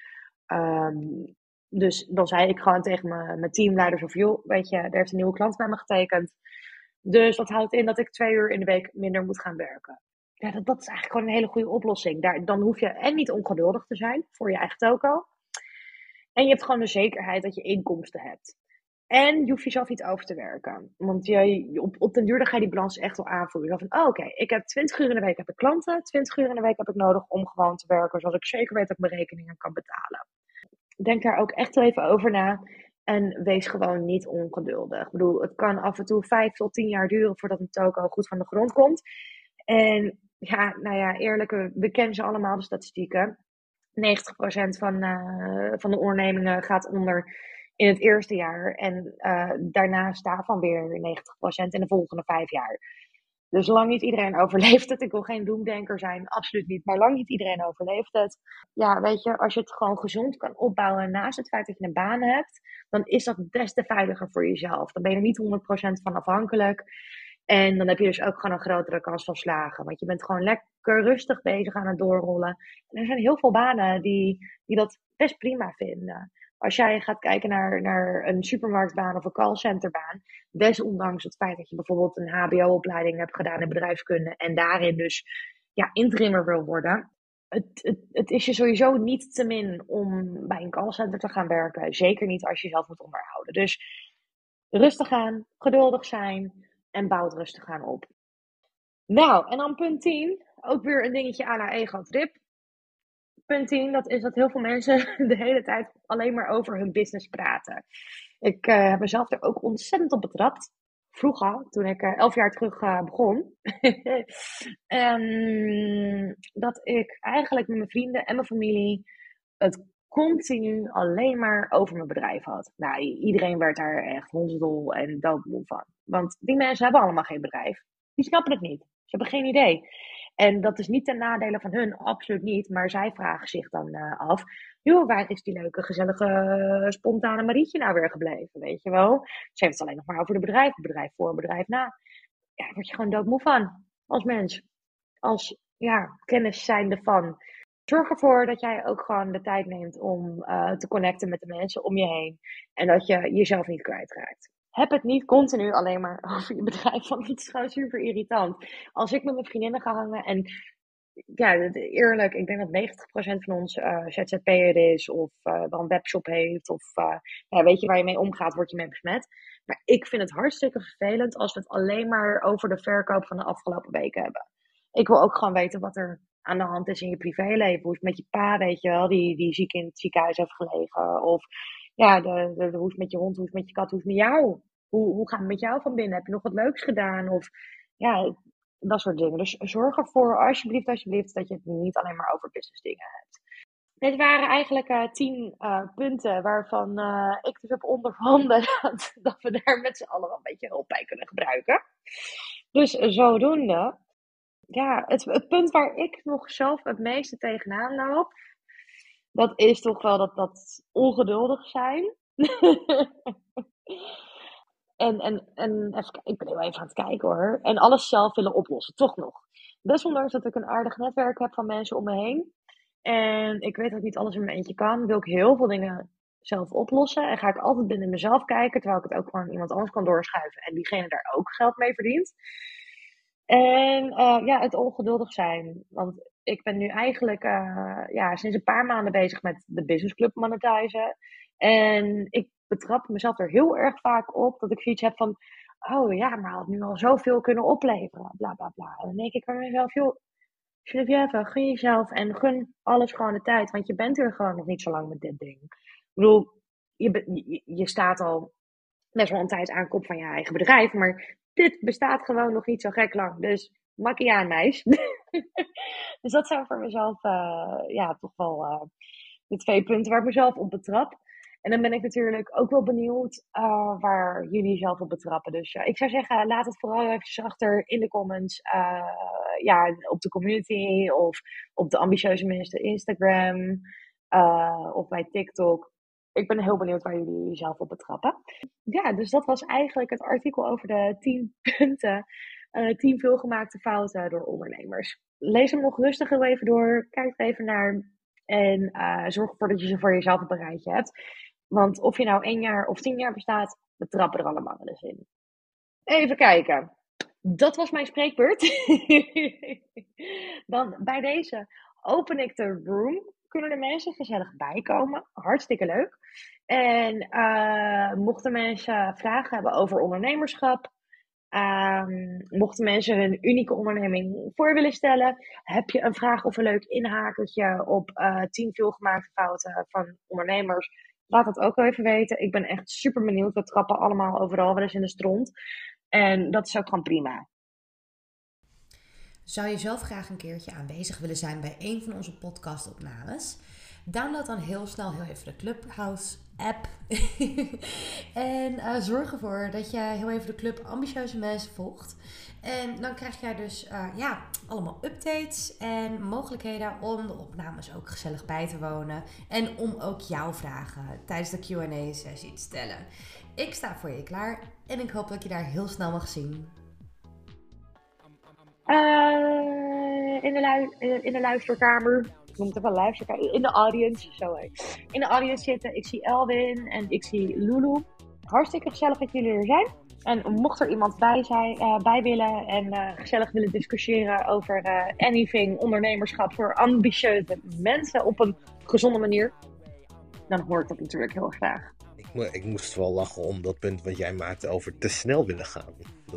S2: Dus dan zei ik gewoon tegen mijn teamleiders of joh, weet je, er heeft een nieuwe klant bij me getekend. Dus dat houdt in dat ik 2 uur in de week minder moet gaan werken. Ja, dat is eigenlijk gewoon een hele goede oplossing. Dan hoef je en niet ongeduldig te zijn voor je eigen toko. En je hebt gewoon de zekerheid dat je inkomsten hebt. En je hoeft jezelf niet over te werken. Want op den duur ga je die balans echt wel aanvoelen. Van, oké, ik heb 20 uur in de week heb ik klanten. 20 uur in de week heb ik nodig om gewoon te werken. Zodat ik zeker weet dat ik mijn rekeningen kan betalen. Denk daar ook echt wel even over na. En wees gewoon niet ongeduldig. Ik bedoel, het kan af en toe 5 tot 10 jaar duren voordat een toko goed van de grond komt. En ja, nou ja, eerlijk, we kennen ze allemaal de statistieken. 90% van de ondernemingen gaat onder in het eerste jaar. En daarnaast daarvan weer 90% in de volgende 5 jaar. Dus lang niet iedereen overleeft het. Ik wil geen doemdenker zijn, absoluut niet. Maar lang niet iedereen overleeft het. Ja, weet je, als je het gewoon gezond kan opbouwen naast het feit dat je een baan hebt, dan is dat des te veiliger voor jezelf. Dan ben je er niet 100% van afhankelijk. En dan heb je dus ook gewoon een grotere kans van slagen. Want je bent gewoon lekker rustig bezig aan het doorrollen. En er zijn heel veel banen die dat best prima vinden. Als jij gaat kijken naar een supermarktbaan of een callcenterbaan, desondanks het feit dat je bijvoorbeeld een HBO-opleiding hebt gedaan in bedrijfskunde en daarin dus ja, interimmer wil worden. Het is je sowieso niet te min om bij een callcenter te gaan werken. Zeker niet als je jezelf moet onderhouden. Dus rustig aan, geduldig zijn en bouw het rustig aan op. Nou, en dan punt 10. Ook weer een dingetje à la ego-trip. Punt 10, dat is dat heel veel mensen de hele tijd alleen maar over hun business praten. Ik heb mezelf er ook ontzettend op betrapt. Vroeger, toen ik 11 jaar terug begon. Dat ik eigenlijk met mijn vrienden en mijn familie het continu alleen maar over mijn bedrijf had. Nou, iedereen werd daar echt hondsdol en doodmoe van. Want die mensen hebben allemaal geen bedrijf. Die snappen het niet. Ze hebben geen idee. En dat is niet ten nadele van hun, absoluut niet. Maar zij vragen zich dan af, joh, waar is die leuke, gezellige, spontane Marietje nou weer gebleven, weet je wel? Ze heeft het alleen nog maar over bedrijf voor, bedrijf na. Ja, daar word je gewoon doodmoe van, als mens. Als, ja, kennis zijnde van. Zorg ervoor dat jij ook gewoon de tijd neemt om te connecten met de mensen om je heen. En dat je jezelf niet kwijtraakt. Heb het niet continu alleen maar over je bedrijf, want het is gewoon super irritant. Als ik met mijn vriendinnen ga hangen en ja, eerlijk, ik denk dat 90% van ons ZZP'er is of wel een webshop heeft of ja, weet je waar je mee omgaat, word je mee besmet. Maar ik vind het hartstikke vervelend als we het alleen maar over de verkoop van de afgelopen weken hebben. Ik wil ook gewoon weten wat er aan de hand is in je privéleven. Hoe is het met je pa, weet je wel, die ziek in het ziekenhuis heeft gelegen. Of ja, hoe is het met je hond, hoe is het met je kat, hoe is het met jou? Hoe gaat het met jou van binnen? Heb je nog wat leuks gedaan? Of ja, dat soort dingen. Dus zorg ervoor, alsjeblieft, dat je het niet alleen maar over business dingen hebt. Dit waren eigenlijk 10 punten waarvan ik dus heb ondervonden dat we daar met z'n allen wel een beetje hulp bij kunnen gebruiken. Dus zodoende. Ja, het punt waar ik nog zelf het meeste tegenaan loop, dat is toch wel dat ongeduldig zijn. En even, ik ben heel even aan het kijken hoor. En alles zelf willen oplossen, toch nog. Desondanks dat ik een aardig netwerk heb van mensen om me heen. En ik weet dat ik niet alles in mijn eentje kan. Wil ik heel veel dingen zelf oplossen. En ga ik altijd binnen mezelf kijken. Terwijl ik het ook gewoon iemand anders kan doorschuiven. En diegene daar ook geld mee verdient. En ja, het ongeduldig zijn. Want ik ben nu eigenlijk sinds een paar maanden bezig met de Business Club monetizen. En ik betrap mezelf er heel erg vaak op dat ik zoiets heb van, oh ja, maar had nu al zoveel kunnen opleveren, bla bla bla. En dan denk ik bij mezelf, joh, Geneviève, gun jezelf en gun alles gewoon de tijd. Want je bent er gewoon nog niet zo lang met dit ding. Ik bedoel, je staat al best wel een tijd aan kop van je eigen bedrijf. Maar dit bestaat gewoon nog niet zo gek lang. Dus makkie aan, meis. Dus dat zijn voor mezelf toch wel de 2 punten waar ik mezelf op betrap. En dan ben ik natuurlijk ook wel benieuwd waar jullie zelf op betrappen. Dus ik zou zeggen, laat het vooral even achter in de comments. Op de community of op de Ambitieuze Minister Instagram of bij TikTok. Ik ben heel benieuwd waar jullie zelf op betrappen. Ja, dus dat was eigenlijk het artikel over de 10 punten. 10 veelgemaakte fouten door ondernemers. Lees hem nog rustig heel even door. Kijk er even naar. En zorg ervoor dat je ze voor jezelf op een rijtje hebt. Want of je nou 1 jaar of 10 jaar bestaat, we trappen er allemaal wel eens in. Even kijken. Dat was mijn spreekbeurt. Dan bij deze open ik de room. Kunnen de mensen gezellig bijkomen. Hartstikke leuk. En mochten mensen vragen hebben over ondernemerschap. Mochten mensen hun unieke onderneming voor willen stellen. Heb je een vraag of een leuk inhakertje op 10 veelgemaakte fouten van ondernemers. Laat dat ook wel even weten. Ik ben echt super benieuwd. We trappen allemaal overal wel eens in de stront. En dat is ook gewoon prima.
S1: Zou je zelf graag een keertje aanwezig willen zijn bij een van onze podcastopnames? Download dan heel snel heel even de Clubhouse app. En zorg ervoor dat je heel even de Club Ambitieuze Mensen volgt. En dan krijg jij dus allemaal updates en mogelijkheden om de opnames ook gezellig bij te wonen. En om ook jouw vragen tijdens de Q&A-sessie te stellen. Ik sta voor je klaar en ik hoop dat ik je daar heel snel mag zien.
S2: In de luisterkamer. Ik noem het even luisterkamer. In de audience. In de audience zitten. Ik zie Elwin en ik zie Lulu. Hartstikke gezellig dat jullie er zijn. En mocht er iemand bij willen en gezellig willen discussiëren over anything ondernemerschap voor ambitieuze mensen op een gezonde manier, dan hoor ik dat natuurlijk heel graag.
S3: Ik moest wel lachen om dat punt wat jij maakte over te snel willen gaan.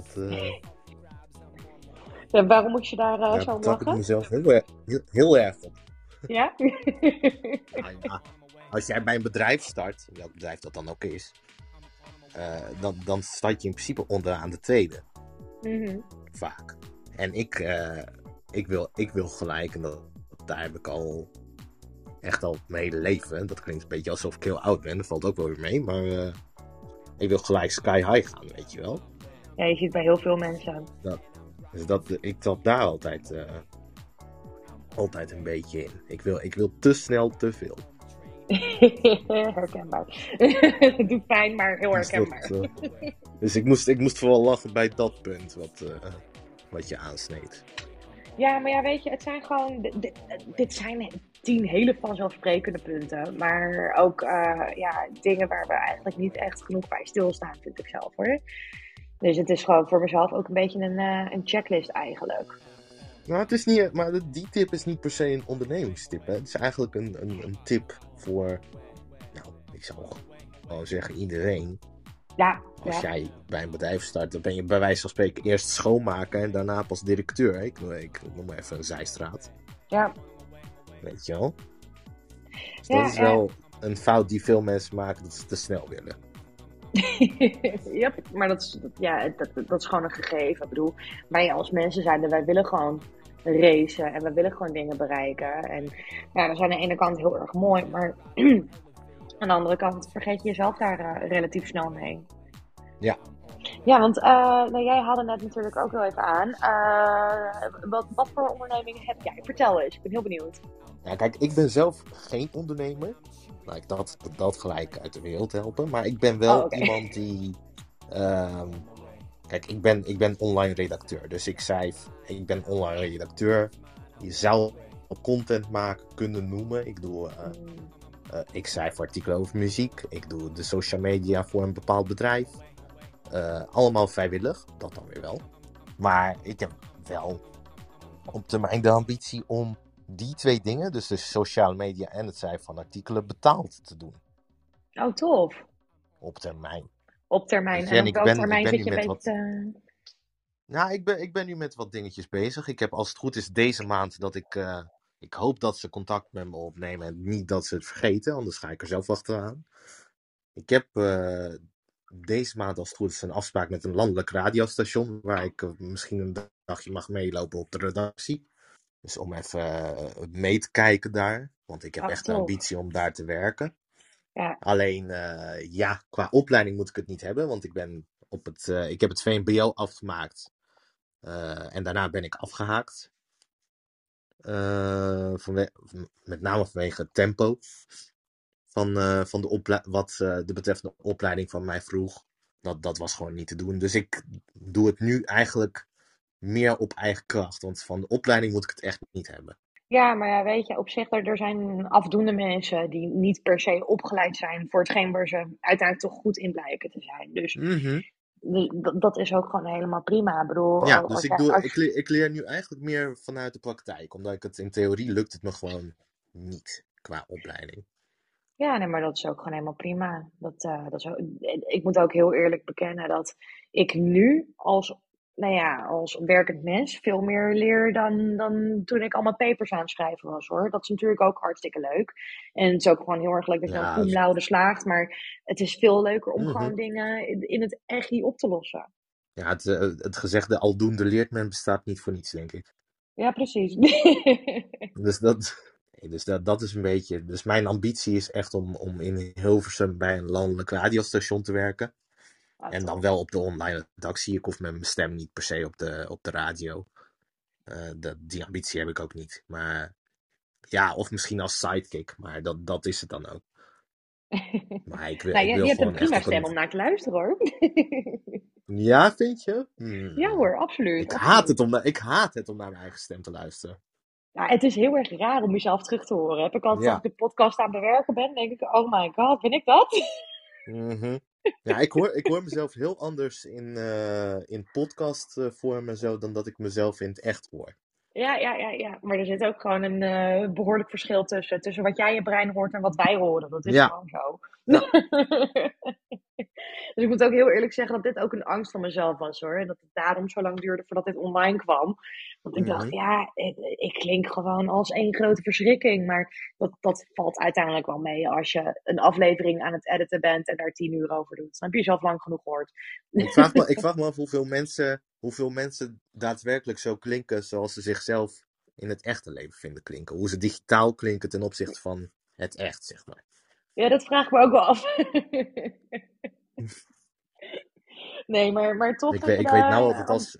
S2: Ja, waarom moet je daar zo om
S3: lachen?
S2: lachen?
S3: Ik mezelf heel erg op.
S2: Ja?
S3: Ja, als jij bij een bedrijf start, welk bedrijf dat dan ook is, dan start je in principe onderaan de tweede.
S2: Mm-hmm.
S3: Vaak. En ik wil gelijk, en daar heb ik al echt al mijn hele leven. Dat klinkt een beetje alsof ik heel oud ben, dat valt ook wel weer mee. Maar ik wil gelijk sky high gaan, weet je wel.
S2: Ja, je ziet bij heel veel mensen.
S3: Dus ik trap daar altijd een beetje in. Ik wil te snel te veel.
S2: Herkenbaar. Het doet pijn, maar heel herkenbaar.
S3: Dus ik moest vooral lachen bij dat punt wat je aansneed.
S2: Ja, maar ja, weet je, het zijn gewoon... Dit zijn 10 hele vanzelfsprekende punten. Maar ook dingen waar we eigenlijk niet echt genoeg bij stilstaan, vind ik zelf, hoor. Dus het is gewoon voor mezelf ook een beetje een checklist eigenlijk.
S3: Nou, het is niet, maar die tip is niet per se een ondernemingstip. Hè. Het is eigenlijk een tip voor, ik zou gewoon zeggen iedereen.
S2: Ja.
S3: Als jij bij een bedrijf start, dan ben je bij wijze van spreken eerst schoonmaker en daarna pas directeur. Ik noem maar even een zijstraat.
S2: Ja.
S3: Weet je wel? Dus dat is wel een fout die veel mensen maken, dat ze te snel willen.
S2: Ja, maar dat is gewoon een gegeven. Ik bedoel, wij als mensen wij willen gewoon racen en we willen gewoon dingen bereiken. En dat is aan de ene kant heel erg mooi, maar aan de andere kant vergeet je jezelf daar relatief snel mee.
S3: Ja.
S2: Ja, want jij haalde net natuurlijk ook wel even aan. Wat voor ondernemingen heb jij? Vertel eens, ik ben heel benieuwd.
S3: Ja, kijk, ik ben zelf geen ondernemer. Nou, ik dat gelijk uit de wereld helpen. Maar ik ben wel iemand die... kijk, ik ben online redacteur. Dus ik ben online redacteur. Je zou content maken kunnen noemen. Ik schrijf artikelen over muziek. Ik doe de social media voor een bepaald bedrijf. Allemaal vrijwillig. Dat dan weer wel. Maar ik heb wel op termijn de ambitie om die twee dingen, dus de sociale media en het schrijven van artikelen, betaald te doen.
S2: Oh, tof.
S3: Op termijn.
S2: Op termijn.
S3: Weet je,
S2: En
S3: en
S2: op welk termijn zit je een beetje te...
S3: Nou, ik ben nu met wat dingetjes bezig. Ik heb als het goed is deze maand dat ik hoop dat ze contact met me opnemen en niet dat ze het vergeten, anders ga ik er zelf achteraan. Ik heb deze maand als het goed is een afspraak met een landelijk radiostation waar ik misschien een dagje mag meelopen op de redactie. Dus om even mee te kijken daar, want ik heb echt de
S2: tof.
S3: ambitie om daar te werken.
S2: Ja.
S3: Alleen, qua opleiding moet ik het niet hebben, want ik heb het VMBO afgemaakt. En daarna ben ik afgehaakt. Met name vanwege het tempo van wat de betreffende opleiding van mij vroeg. Dat was gewoon niet te doen. Dus ik doe het nu eigenlijk meer op eigen kracht. Want van de opleiding moet ik het echt niet hebben.
S2: Ja, maar ja, weet je, op zich, er zijn afdoende mensen die niet per se opgeleid zijn voor hetgeen waar ze uiteindelijk toch goed in blijken te zijn. Dus dat is ook gewoon helemaal prima. Ik bedoel,
S3: Ja, dus ik leer nu eigenlijk meer vanuit de praktijk. Omdat ik het in theorie lukt het me gewoon niet qua opleiding.
S2: Ja, nee, maar dat is ook gewoon helemaal prima. Ik moet ook heel eerlijk bekennen dat ik nu als werkend mens veel meer leer dan toen ik allemaal papers aan het schrijven was, hoor. Dat is natuurlijk ook hartstikke leuk. En het is ook gewoon heel erg leuk dat je dan cum laude slaagt. Maar het is veel leuker om gewoon dingen in het echt op te lossen.
S3: Ja, het gezegde aldoende leert men bestaat niet voor niets, denk ik.
S2: Ja, precies.
S3: Dus dat is een beetje... Dus mijn ambitie is echt om in Hilversum bij een landelijk radiostation te werken. En dan wel op de online redactie. Ik hoef met mijn stem niet per se op de radio. Die ambitie heb ik ook niet. Maar ja, of misschien als sidekick. Maar dat is het dan ook. Maar ik wil,
S2: je hebt een prima stem om naar te luisteren, hoor.
S3: Ja, vind je?
S2: Ja hoor, absoluut.
S3: Ik haat het om naar mijn eigen stem te luisteren.
S2: Ja, het is heel erg raar om jezelf terug te horen. Heb ik altijd als ik de podcast aan het bewerken ben, denk ik, oh my god, ben ik dat?
S3: Ja, ik hoor mezelf heel anders in podcastvorm en zo dan dat ik mezelf in het echt hoor.
S2: Ja. Maar er zit ook gewoon een behoorlijk verschil tussen wat jij in je brein hoort en wat wij horen. Dat is gewoon zo. Ja. Dus ik moet ook heel eerlijk zeggen dat dit ook een angst van mezelf was, hoor. Dat het daarom zo lang duurde voordat dit online kwam. Want ik dacht, ik klink gewoon als één grote verschrikking. Maar dat valt uiteindelijk wel mee als je een aflevering aan het editen bent en daar 10 uur over doet. Dan heb je jezelf lang genoeg gehoord.
S3: Ik vraag me af hoeveel mensen daadwerkelijk zo klinken zoals ze zichzelf in het echte leven vinden klinken. Hoe ze digitaal klinken ten opzichte van het echt, zeg maar.
S2: Ja, dat vraag ik me ook wel af. Nee, maar tof.
S3: Ik weet nou altijd als...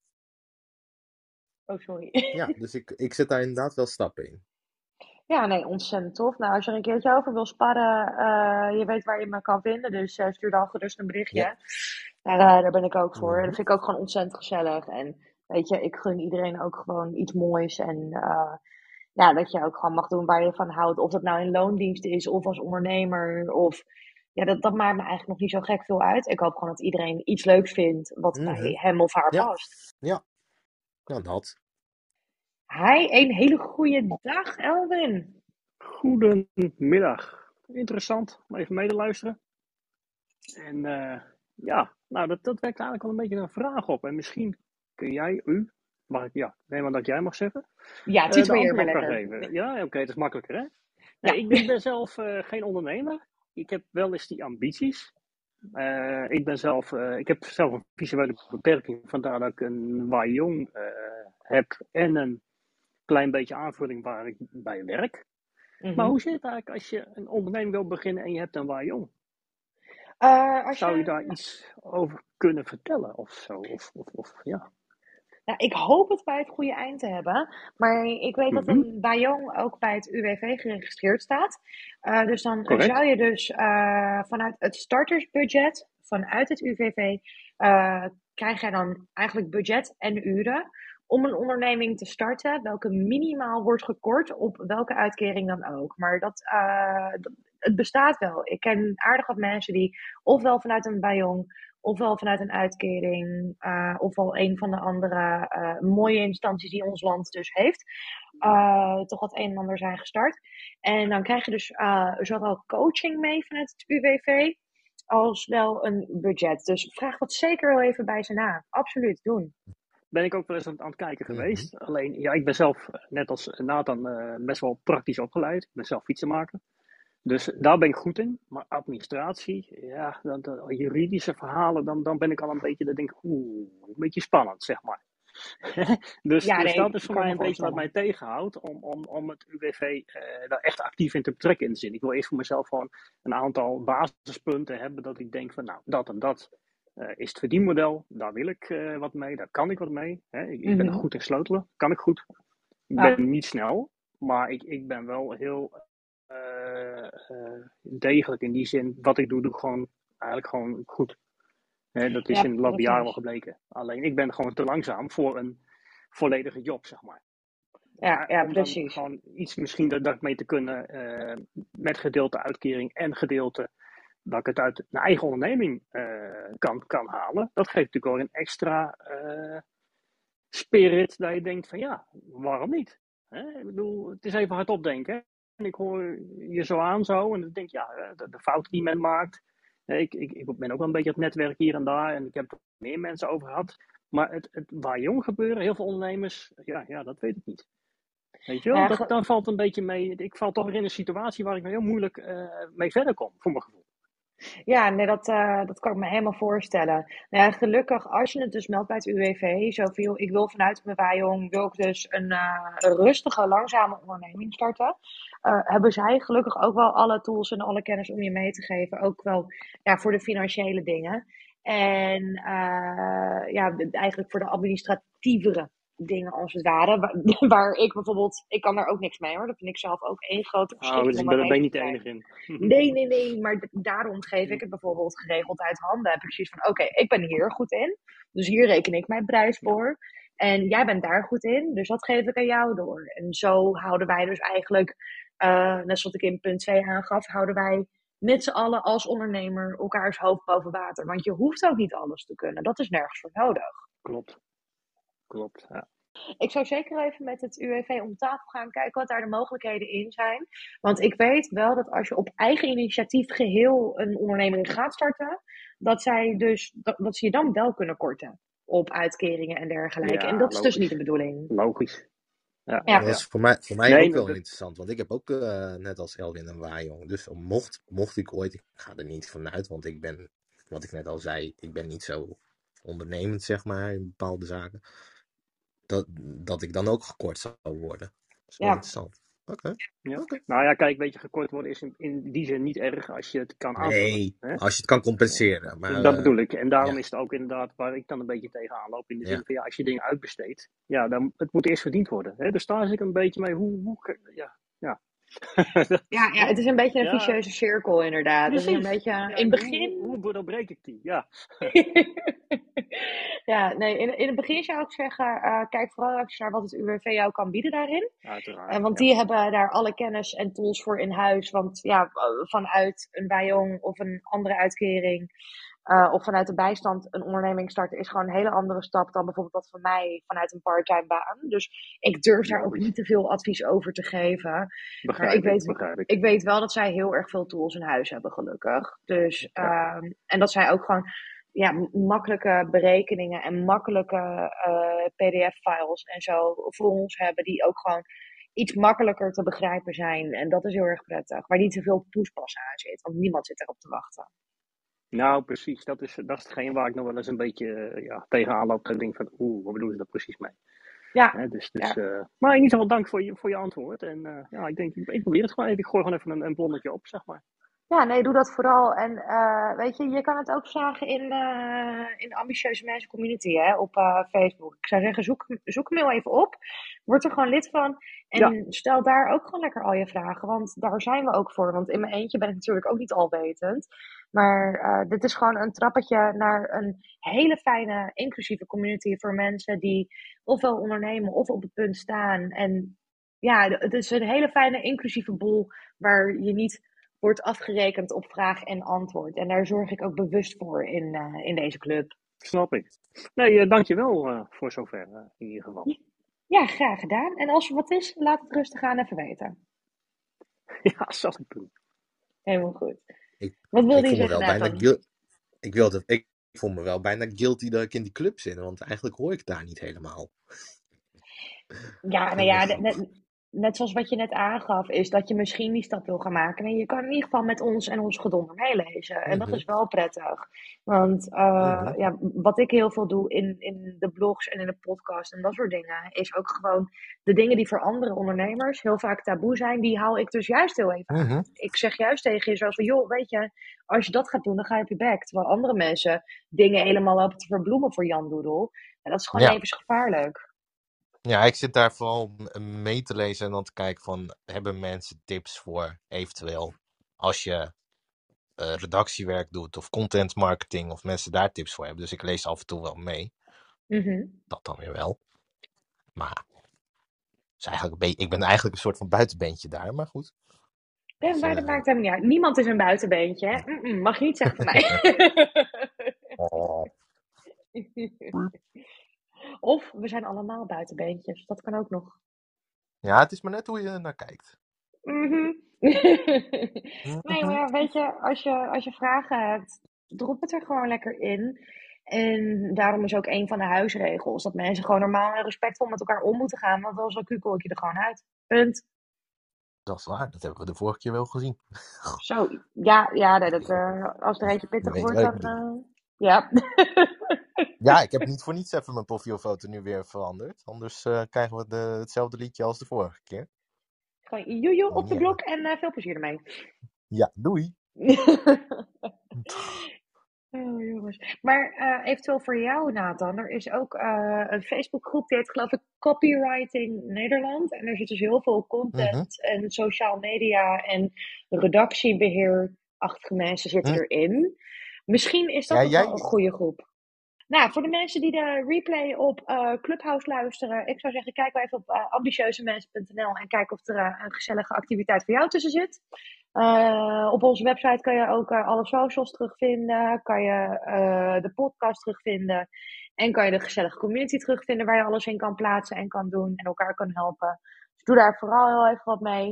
S2: Oh, sorry.
S3: Ja, dus ik zet daar inderdaad wel stappen in.
S2: Ja, nee, ontzettend tof. Nou, als je er een keertje over wil sparren, je weet waar je me kan vinden. Dus stuur dan gerust een berichtje. Ja. Daar ben ik ook voor. Dat vind ik ook gewoon ontzettend gezellig. En weet je, ik gun iedereen ook gewoon iets moois. En dat je ook gewoon mag doen waar je van houdt. Of dat nou in loondienst is of als ondernemer. Of ja, dat maakt me eigenlijk nog niet zo gek veel uit. Ik hoop gewoon dat iedereen iets leuks vindt wat bij hem of haar past.
S3: Ja, nou dat.
S2: Hi, een hele goede dag, Elwin.
S4: Goedemiddag. Interessant om even mee te luisteren. En dat wekt eigenlijk wel een beetje een vraag op. En misschien kun jij, neem aan dat jij mag zeggen.
S2: Ja, het is weer maar lekker.
S4: Geven. Ja, oké, dat is makkelijker, hè? Nee, ik ben zelf geen ondernemer. Ik heb wel eens die ambities. Ik heb zelf een visuele beperking, vandaar dat ik een Wajong heb en een klein beetje aanvulling waar ik bij werk. Maar hoe zit het eigenlijk als je een onderneming wil beginnen en je hebt een Wajong? Zou je daar iets over kunnen vertellen of zo? Ja.
S2: Nou, ik hoop het bij het goede eind te hebben. Maar ik weet dat een Wajong ook bij het UWV geregistreerd staat. Dus dan zou je dus vanuit het startersbudget, vanuit het UWV, krijg je dan eigenlijk budget en uren om een onderneming te starten, welke minimaal wordt gekort op welke uitkering dan ook. Maar het bestaat wel. Ik ken aardig wat mensen die ofwel vanuit een Wajong, ofwel vanuit een uitkering, ofwel een van de andere mooie instanties die ons land dus heeft, toch wat een en ander zijn gestart. En dan krijg je dus zowel coaching mee vanuit het UWV als wel een budget. Dus vraag dat zeker wel even bij ze na. Absoluut, doen.
S4: Ben ik ook wel eens aan het kijken geweest. Alleen, ja, ik ben zelf, net als Nathan, best wel praktisch opgeleid. Ik ben zelf fietsenmaker. Dus daar ben ik goed in. Maar administratie, ja, juridische verhalen, dan ben ik al een beetje, dan denk ik, een beetje spannend, zeg maar. Dus dat is voor mij een beetje wat mij tegenhoudt om het UWV daar echt actief in te betrekken in de zin. Ik wil eerst voor mezelf gewoon een aantal basispunten hebben dat ik denk van nou, dat en dat is het verdienmodel. Daar wil ik wat mee, daar kan ik wat mee. Ik ben er goed in sleutelen, kan ik goed. Ik ben niet snel, maar ik ben wel heel degelijk in die zin. Wat ik doe, eigenlijk gewoon goed. Dat is in de loop der jaren wel gebleken. Alleen ik ben gewoon te langzaam voor een volledige job, zeg maar.
S2: Ja, precies.
S4: Gewoon iets misschien dat ik mee te kunnen met gedeelte uitkering en gedeelte dat ik het uit mijn eigen onderneming kan halen. Dat geeft natuurlijk wel een extra spirit dat je denkt van ja, waarom niet? Ik bedoel, het is even hardop denken. En ik hoor je zo aan zo en dan denk ik ja, de fouten die men maakt. Ik ben ook wel een beetje het netwerk hier en daar en ik heb er meer mensen over gehad. Maar het waar jong gebeuren, heel veel ondernemers, ja, dat weet ik niet. Weet je wel, dan valt een beetje mee. Ik val toch weer in een situatie waar ik heel moeilijk mee verder kom, voor mijn gevoel.
S2: Ja, nee, dat kan ik me helemaal voorstellen. Nou ja, gelukkig, als je het dus meldt bij het UWV, zoveel, ik wil vanuit mijn Wajong, wil ik dus een rustige, langzame onderneming starten. Hebben zij gelukkig ook wel alle tools en alle kennis om je mee te geven, ook wel voor de financiële dingen. En eigenlijk voor de administratievere dingen als het ware. Waar ik bijvoorbeeld, ik kan daar ook niks mee hoor. Dat vind ik zelf ook één grote verschrikking.
S4: Dus daar ben je niet de enige in.
S2: Nee. Maar daarom geef ik het bijvoorbeeld geregeld uit handen. Heb ik zoiets van, oké, ik ben hier goed in. Dus hier reken ik mijn prijs voor. En jij bent daar goed in. Dus dat geef ik aan jou door. En zo houden wij dus eigenlijk, net zoals ik in punt 2 aangaf, houden wij met z'n allen als ondernemer elkaars hoofd boven water. Want je hoeft ook niet alles te kunnen. Dat is nergens voor nodig.
S4: Klopt, ja.
S2: Ik zou zeker even met het UWV om tafel gaan kijken wat daar de mogelijkheden in zijn. Want ik weet wel dat als je op eigen initiatief geheel een onderneming gaat starten, dat ze je dan wel kunnen korten op uitkeringen en dergelijke. Ja, en dat is dus niet de bedoeling.
S4: Logisch.
S3: Ja. Dat is voor mij ook wel interessant, want ik heb ook net als Elwin een Wajong. Dus mocht ik ooit, ik ga er niet vanuit, want ik ben, wat ik net al zei, ik ben niet zo ondernemend, zeg maar, in bepaalde zaken. Dat ik dan ook gekort zou worden. Dat is wel interessant. Oké.
S4: Ja. Nou ja, kijk, weet je, gekort worden is in die zin niet erg als je het kan aanvullen.
S3: Nee, als je het kan compenseren. Maar,
S4: dat bedoel ik. En daarom is het ook inderdaad waar ik dan een beetje tegenaan loop. In de zin van, als je dingen uitbesteedt, dan het moet eerst verdiend worden. Hè? Dus daar zit ik een beetje mee.
S2: Ja, het is een beetje een vicieuze cirkel inderdaad. Het is een beetje in het begin.
S4: Hoe doorbreek ik die? Ja.
S2: In het begin zou ik zeggen, kijk vooral even naar wat het UWV jou kan bieden daarin.
S4: Uiteraard.
S2: Want die hebben daar alle kennis en tools voor in huis. Want vanuit een Wajong of een andere uitkering of vanuit de bijstand een onderneming starten is gewoon een hele andere stap dan bijvoorbeeld dat van mij vanuit een parttime baan. Dus ik durf daar ook niet te veel advies over te geven. Ik weet wel dat zij heel erg veel tools in huis hebben, gelukkig. Dus, en dat zij ook gewoon makkelijke berekeningen en makkelijke PDF-files en zo voor ons hebben die ook gewoon iets makkelijker te begrijpen zijn. En dat is heel erg prettig. Waar niet te veel poespas aan zit, want niemand zit erop te wachten.
S4: Nou, precies. Dat is hetgeen waar ik nog wel eens een beetje tegenaan loop. Dat ik denk van, wat bedoelen ze daar precies mee?
S2: Ja.
S4: Maar in ieder geval dank voor je antwoord. En ik denk, ik probeer het gewoon even. Ik gooi gewoon even een blondetje op, zeg maar.
S2: Ja, nee, doe dat vooral. En weet je kan het ook vragen in de Ambitieuze Mensen Community op Facebook. Ik zou zeggen, zoek hem heel even op. Word er gewoon lid van. En stel daar ook gewoon lekker al je vragen. Want daar zijn we ook voor. Want in mijn eentje ben ik natuurlijk ook niet alwetend. Maar dit is gewoon een trappetje naar een hele fijne, inclusieve community voor mensen die ofwel ondernemen of op het punt staan. En ja, het is een hele fijne, inclusieve boel waar je niet wordt afgerekend op vraag en antwoord. En daar zorg ik ook bewust voor in deze club.
S4: Snap ik. Nee, dankjewel voor zover in ieder geval.
S2: Ja, graag gedaan. En als er wat is, laat het rustig aan even weten.
S4: Ja, zal ik doen.
S2: Helemaal goed.
S3: Ik,
S2: Wat wilde
S3: ik
S2: je
S3: voel me
S2: zeggen,
S3: wel bijna
S2: Nathan?
S3: ik voel me wel bijna guilty dat ik in die club zit, want eigenlijk hoor ik daar niet helemaal.
S2: Ja, nou
S3: Helemaal
S2: ja,
S3: goed.
S2: net zoals wat je net aangaf, is dat je misschien die stap wil gaan maken. En je kan in ieder geval met ons en ons gedonder meelezen. En dat
S3: Mhm,
S2: is wel prettig. Want
S3: mhm,
S2: ja, wat ik heel veel doe in de blogs en in de podcast en dat soort dingen, is ook gewoon de dingen die voor andere ondernemers heel vaak taboe zijn, die haal ik dus juist heel even
S3: mhm.
S2: aan. Ik zeg juist tegen je zoals van, joh, weet je, als je dat gaat doen, dan ga je op je bek. Terwijl andere mensen dingen helemaal lopen te verbloemen voor Jan Doedel. En dat is gewoon
S3: Ja.
S2: levensgevaarlijk.
S3: Ja, ik zit daar vooral mee te lezen en dan te kijken van, hebben mensen tips voor eventueel als je redactiewerk doet of content marketing of mensen daar tips voor hebben. Dus ik lees af en toe wel mee.
S2: Mhm.
S3: Dat dan weer wel. Maar is eigenlijk ik ben eigenlijk een soort van buitenbeentje daar, maar goed.
S2: Ja,
S3: Dus,
S2: maar dat maakt helemaal niet uit. Niemand is een buitenbeentje, hè? Mag je niet zeggen van mij.
S3: oh.
S2: Of we zijn allemaal buitenbeentjes. Dat kan ook nog.
S3: Ja, het is maar net hoe je er naar kijkt.
S2: Mhm. Nee, maar
S3: Mhm.
S2: ja, weet je, als je vragen hebt, drop het er gewoon lekker in. En daarom is ook een van de huisregels dat mensen gewoon normaal en respectvol met elkaar om moeten gaan. Want anders dan kukel ik je er gewoon uit. Punt.
S3: Dat is waar, dat hebben we de vorige keer wel gezien.
S2: Zo, ja, nee, als er eentje
S3: Je
S2: pittig
S3: weet
S2: wordt,
S3: wat ik
S2: dan
S3: bedoel.
S2: ja.
S3: Ja, ik heb niet voor niets even mijn profielfoto nu weer veranderd. Anders krijgen we hetzelfde liedje als de vorige keer.
S2: Gewoon joejoe
S3: Oh,
S2: op de
S3: nee.
S2: blok en veel plezier ermee.
S3: Ja, doei.
S2: Oh, jongens. Maar eventueel voor jou, Nathan, er is ook een Facebookgroep die heet, geloof ik, Copywriting Nederland. En er zit dus heel veel
S3: Mhm.
S2: content en social media en redactiebeheer-achtige mensen zitten
S3: Hm.
S2: erin. Misschien is dat
S3: Ja,
S2: nog wel een
S3: jij...
S2: goede groep. Nou, voor de mensen die de replay op Clubhouse luisteren, ik zou zeggen, kijk wel even op ambitieuzemensen.nl en kijk of er een gezellige activiteit voor jou tussen zit. Op onze website kan je ook alle socials terugvinden, kan je de podcast terugvinden en kan je de gezellige community terugvinden waar je alles in kan plaatsen en kan doen en elkaar kan helpen. Dus doe daar vooral heel even wat mee.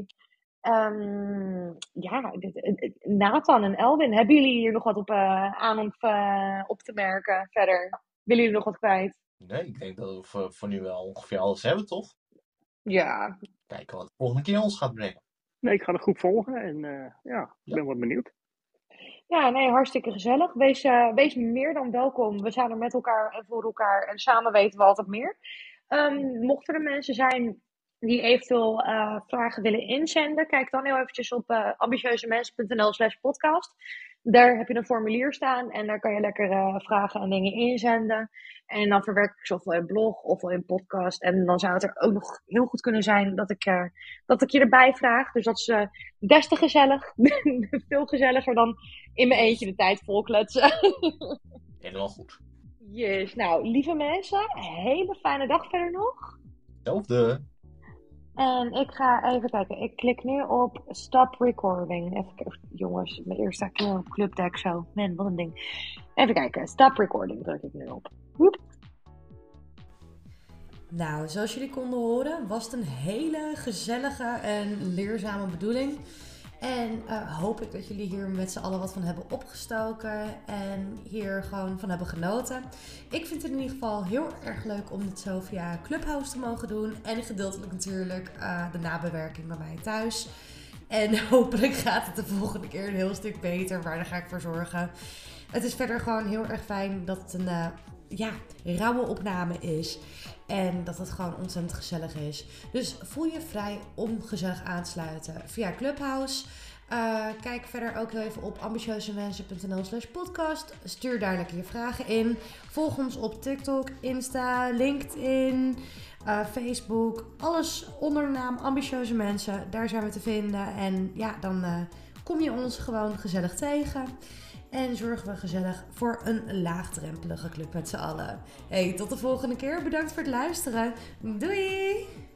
S2: Ja, Nathan en Elwin, hebben jullie hier nog wat aan of op te merken verder? Willen jullie nog wat kwijt?
S3: Nee, ik denk dat we voor nu wel ongeveer alles hebben, toch?
S2: Ja.
S3: Kijken wat de volgende keer ons gaat brengen.
S4: Nee, ik ga de groep volgen en ik
S3: Ja.
S4: ben wat benieuwd.
S2: Ja, nee, hartstikke gezellig. Wees meer dan welkom. We zijn er met elkaar en voor elkaar en samen weten we altijd meer. Mochten er mensen zijn die eventueel vragen willen inzenden, kijk dan heel eventjes op ambitieuzemensen.nl/podcast. Daar heb je een formulier staan en daar kan je lekker vragen en dingen inzenden. En dan verwerk ik ze ofwel in blog ofwel in podcast. En dan zou het er ook nog heel goed kunnen zijn dat ik je erbij vraag. Dus dat is des te gezellig. Veel gezelliger dan in mijn eentje de tijd volkletsen.
S3: Helemaal goed.
S2: Yes, nou, lieve mensen, hele fijne dag verder nog.
S3: Hetzelfde.
S2: En ik ga even kijken. Ik klik nu op stop recording. Even kijken, jongens, mijn eerste keer op Clubdeck zo. Man, wat een ding. Even kijken, stop recording druk ik nu op. Woep.
S1: Nou, zoals jullie konden horen, was het een hele gezellige en leerzame bedoeling. En hoop ik dat jullie hier met z'n allen wat van hebben opgestoken en hier gewoon van hebben genoten. Ik vind het in ieder geval heel erg leuk om dit zo via Clubhouse te mogen doen. En gedeeltelijk natuurlijk de nabewerking bij mij thuis. En hopelijk gaat het de volgende keer een heel stuk beter, maar daar ga ik voor zorgen. Het is verder gewoon heel erg fijn dat het een rauwe opname is. En dat het gewoon ontzettend gezellig is. Dus voel je vrij om gezellig aan te sluiten via Clubhouse. Kijk verder ook heel even op ambitieuzemensen.nl/podcast. Stuur daar lekker je vragen in. Volg ons op TikTok, Insta, LinkedIn, Facebook. Alles onder de naam Ambitieuze Mensen. Daar zijn we te vinden. En ja, dan kom je ons gewoon gezellig tegen. En zorgen we gezellig voor een laagdrempelige club met z'n allen. Hey, tot de volgende keer. Bedankt voor het luisteren. Doei!